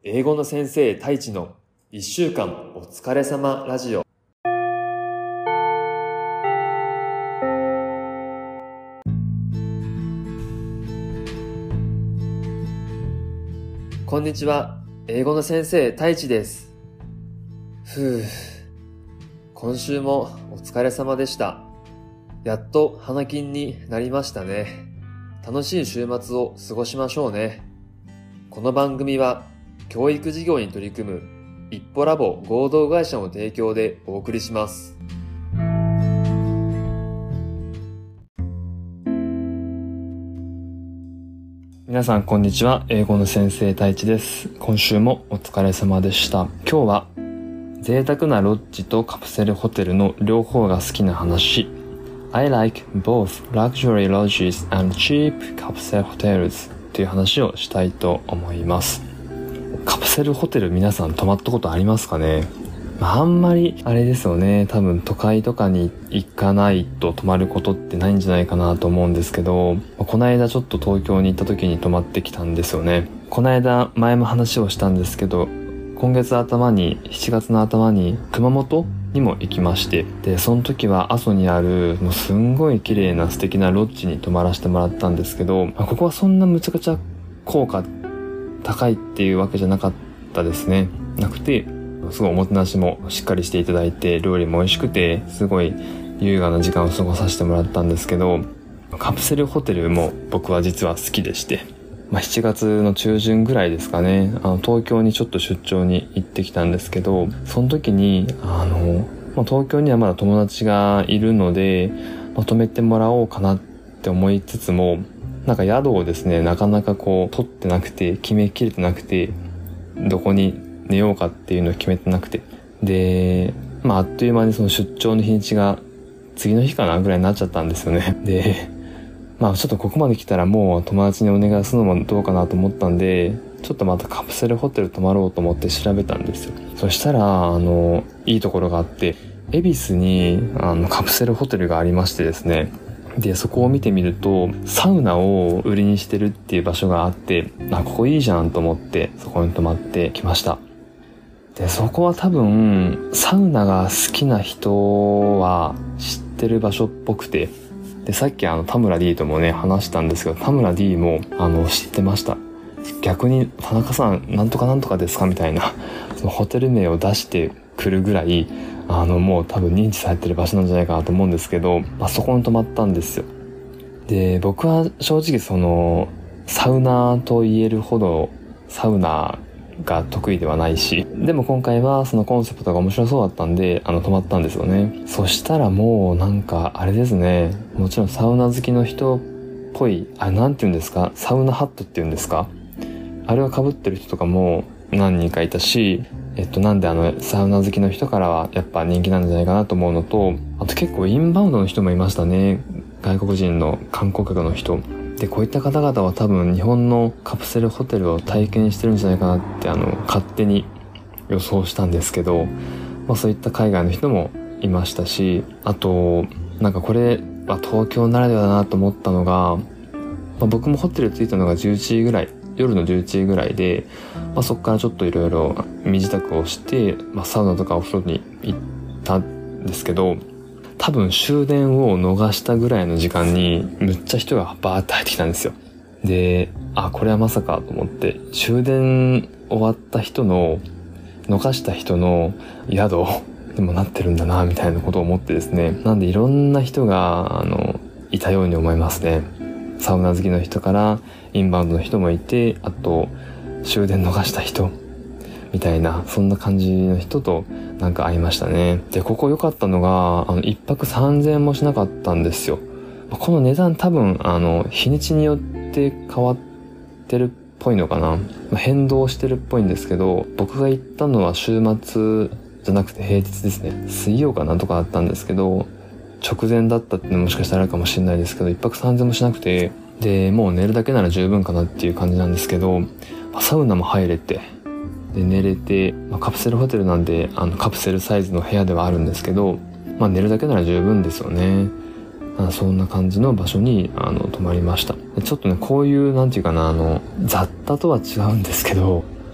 英語の先生太一の1週間お疲れ様ラジオ。こんにちは、英語の先生太一です。今週もお疲れ様でした。やっと花金になりましたね。楽しい週末を過ごしましょうね。この番組は教育事業に取り組む一歩ラボ合同会社の提供でお送りします。皆さんこんにちは、英語の先生太一です。今週もお疲れ様でした。今日は贅沢なロッジとカプセルホテルの両方が好きな話。I like both luxury lodges and cheap capsule hotels という話をしたいと思います。カプセルホテル皆さん泊まったことありますかね？あんまりあれですよね。多分都会とかに行かないと泊まることってないんじゃないかなと思うんですけど、この間ちょっと東京に行った時に泊まってきたんですよね。この間前も話をしたんですけど、7月の頭に熊本にも行きまして、でその時は阿蘇にあるもうすんごい綺麗な素敵なロッジに泊まらせてもらったんですけど、ここはそんなむちゃくちゃ効果高いっていうわけじゃなかったですね。なくて、すごいおもてなしもしっかりしていただいて、料理も美味しくて、すごい優雅な時間を過ごさせてもらったんですけど、カプセルホテルも僕は実は好きでして、7月の中旬ぐらいですかね、東京にちょっと出張に行ってきたんですけど、その時に東京にはまだ友達がいるので、泊めてもらおうかなって思いつつも、なんか宿をですね、なかなか取ってなくて、決めきれてなくて、どこに寝ようかっていうのを決めてなくて、であっという間にその出張の日にちが次の日かなぐらいになっちゃったんですよね。でちょっとここまで来たらもう友達にお願いするのもどうかなと思ったんで、ちょっとまたカプセルホテル泊まろうと思って調べたんですよ。そしたらいいところがあって、恵比寿にカプセルホテルがありましてですね、でそこを見てみるとサウナを売りにしてるっていう場所があって、ここいいじゃんと思ってそこに泊まってきました。でそこは多分サウナが好きな人は知ってる場所っぽくて、でさっき田村 D ともね話したんですけど、田村 D も知ってました。逆に田中さんなんとかなんとかですかみたいなそのホテル名を出してくるぐらいもう多分認知されてる場所なんじゃないかなと思うんですけど、そこに泊まったんですよ。で僕は正直そのサウナと言えるほどサウナが得意ではないし、でも今回はそのコンセプトが面白そうだったんで泊まったんですよね。そしたらもうなんかあれですね、もちろんサウナ好きの人っぽい、なんて言うんですか、サウナハットっていうんですか、あれを被ってる人とかも何人かいたし、なんでサウナ好きの人からはやっぱ人気なんじゃないかなと思うのと、あと結構インバウンドの人もいましたね。外国人の観光客の人で、こういった方々は多分日本のカプセルホテルを体験してるんじゃないかなって勝手に予想したんですけど、そういった海外の人もいましたし、あとなんかこれは東京ならではだなと思ったのが、僕もホテル着いたのが11時ぐらい、夜の11時ぐらいで、そこからちょっといろいろ身支度をして、サウナとかお風呂に行ったんですけど、多分終電を逃したぐらいの時間にむっちゃ人がバーって入ってきたんですよ。で、これはまさかと思って、終電終わった人の逃した人の宿にもなってるんだなみたいなことを思ってですね、なんでいろんな人がいたように思いますね。サウナ好きの人からインバウンドの人もいて、あと終電逃した人みたいな、そんな感じの人となんか会いましたね。でここ良かったのが一泊3000円もしなかったんですよ。この値段多分日にちによって変わってるっぽいのかな、変動してるっぽいんですけど、僕が行ったのは週末じゃなくて平日ですね。水曜かなんとかだったんですけど、直前だったっていうのもしかしたらあるかもしれないですけど、一泊3000円もしなくて、でもう寝るだけなら十分かなっていう感じなんですけど、サウナも入れて、で寝れて、カプセルホテルなんでカプセルサイズの部屋ではあるんですけど、寝るだけなら十分ですよね。そんな感じの場所に泊まりました。ちょっとね、こういうなんていうかな雑多とは違うんですけど、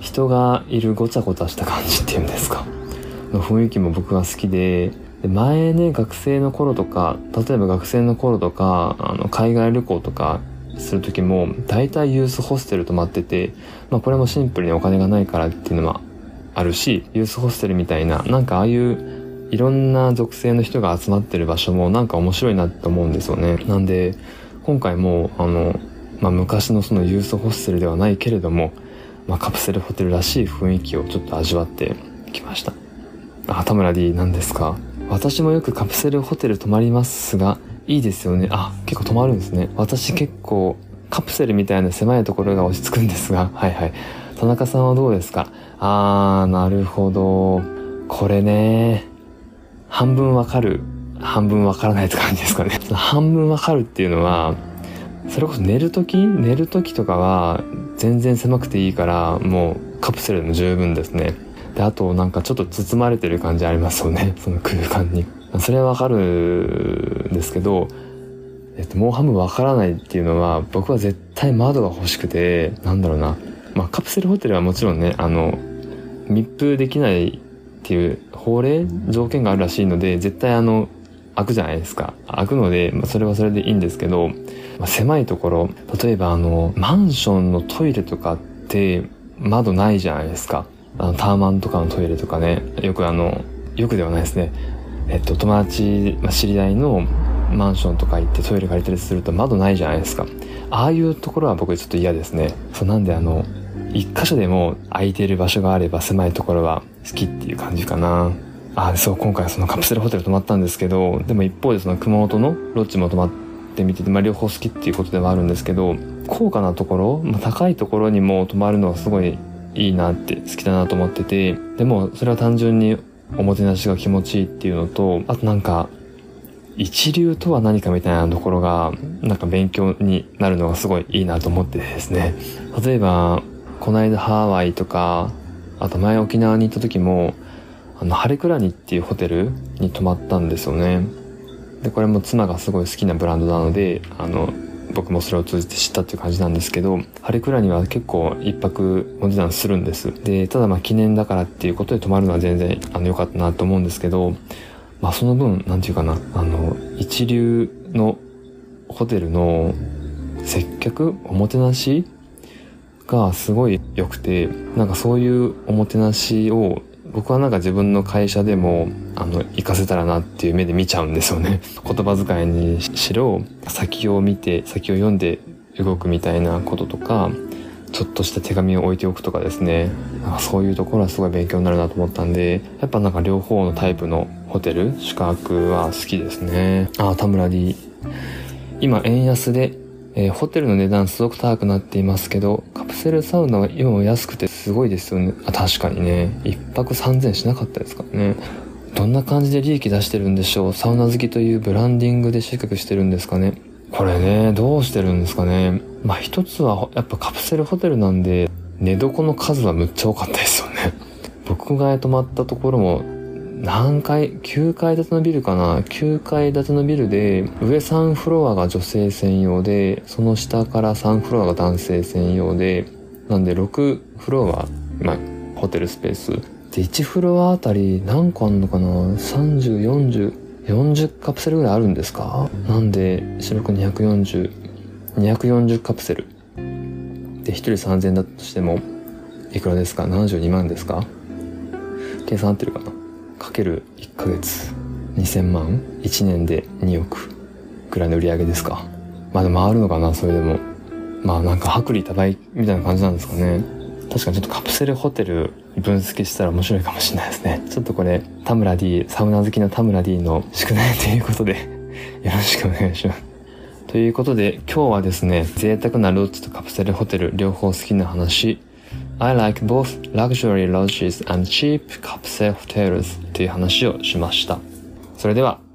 人がいるごちゃごちゃした感じっていうんですかの雰囲気も僕は好きで、前ね、学生の頃とか、例えば学生の頃とか海外旅行とかする時も大体ユースホステル泊まってて、これもシンプルにお金がないからっていうのはあるし、ユースホステルみたいななんかああいういろんな属性の人が集まってる場所もなんか面白いなって思うんですよね。なんで今回も昔のそのユースホステルではないけれども、カプセルホテルらしい雰囲気をちょっと味わってきました。田村 D 何ですか？私もよくカプセルホテル泊まりますが、いいですよね。結構泊まるんですね。私結構カプセルみたいな狭いところが落ち着くんですが、はいはい。田中さんはどうですか？なるほど。これね、半分わかる、半分わからないって感じですかね。半分わかるっていうのは、それこそ寝るときとかは全然狭くていいから、もうカプセルでも十分ですね。で、あとなんかちょっと包まれてる感じありますよね、その空間に。それはわかるんですけど、もう半分わからないっていうのは、僕は絶対窓が欲しくて、カプセルホテルはもちろんね、密封できないっていう法令条件があるらしいので、絶対開くじゃないですか。開くので、それはそれでいいんですけど、狭いところ、例えばマンションのトイレとかって窓ないじゃないですか。タワマンとかのトイレとかね、よくではないですね。友達、知り合いのマンションとか行ってトイレ借りたりすると窓ないじゃないですか。ああいうところは僕ちょっと嫌ですね。なんで一箇所でも空いている場所があれば狭いところは好きっていう感じかな。今回そのカプセルホテル泊まったんですけど、でも一方でその熊本のロッジも泊まってみてて、両方好きっていうことではあるんですけど、高価なところ、高いところにも泊まるのはすごいいいなって好きだなと思ってて、でもそれは単純におもてなしが気持ちいいっていうのと、あとなんか一流とは何かみたいなところがなんか勉強になるのがすごいいいなと思ってですね。例えばこの間ハワイとか、あと前沖縄に行った時もハレクラニっていうホテルに泊まったんですよね。でこれも妻がすごい好きなブランドなので僕もそれを通じて知ったっていう感じなんですけど、ハレクラニは結構一泊お値段するんです。でただ記念だからっていうことで泊まるのは全然良かったなと思うんですけど、その分なんていうかな、一流のホテルの接客おもてなしがすごい良くて、なんかそういうおもてなしを僕はなんか自分の会社でも活かせたらなっていう目で見ちゃうんですよね。言葉遣いにしろ、先を見て先を読んで動くみたいなこととか、ちょっとした手紙を置いておくとかですね、そういうところはすごい勉強になるなと思ったんで、やっぱなんか両方のタイプのホテル宿泊は好きですね。田村 D、 今円安でホテルの値段すごく高くなっていますけど、カプセルサウナは今も安くてすごいですよね。確かにね、一泊3000しなかったですからね。どんな感じで利益出してるんでしょう。サウナ好きというブランディングで集客してるんですかね。これね、どうしてるんですかね。一つはやっぱカプセルホテルなんで寝床の数はむっちゃ多かったですよね。僕が泊まったところも9階建てのビルかな、9階建てのビルで上3フロアが女性専用で、その下から3フロアが男性専用で、なんで6フロアはホテルスペースで、1フロアあたり何個あんのかな、3040カプセルぐらいあるんですか。なんで四六240カプセルで1人3000だとしてもいくらですか。72万ですか。計算合ってるかな。かける1ヶ月2000万、1年で2億ぐらいの売り上げですか。でも回るのかな。それでもなんか薄利多売みたいな感じなんですかね。確かにちょっとカプセルホテル分析したら面白いかもしれないですね。ちょっとこれ田村 D、 サウナ好きな田村 D の宿題ということでよろしくお願いします。ということで今日はですね、贅沢なロッジとカプセルホテル両方好きな話、I like both luxury lodges and cheap capsule hotels という話をしました。それでは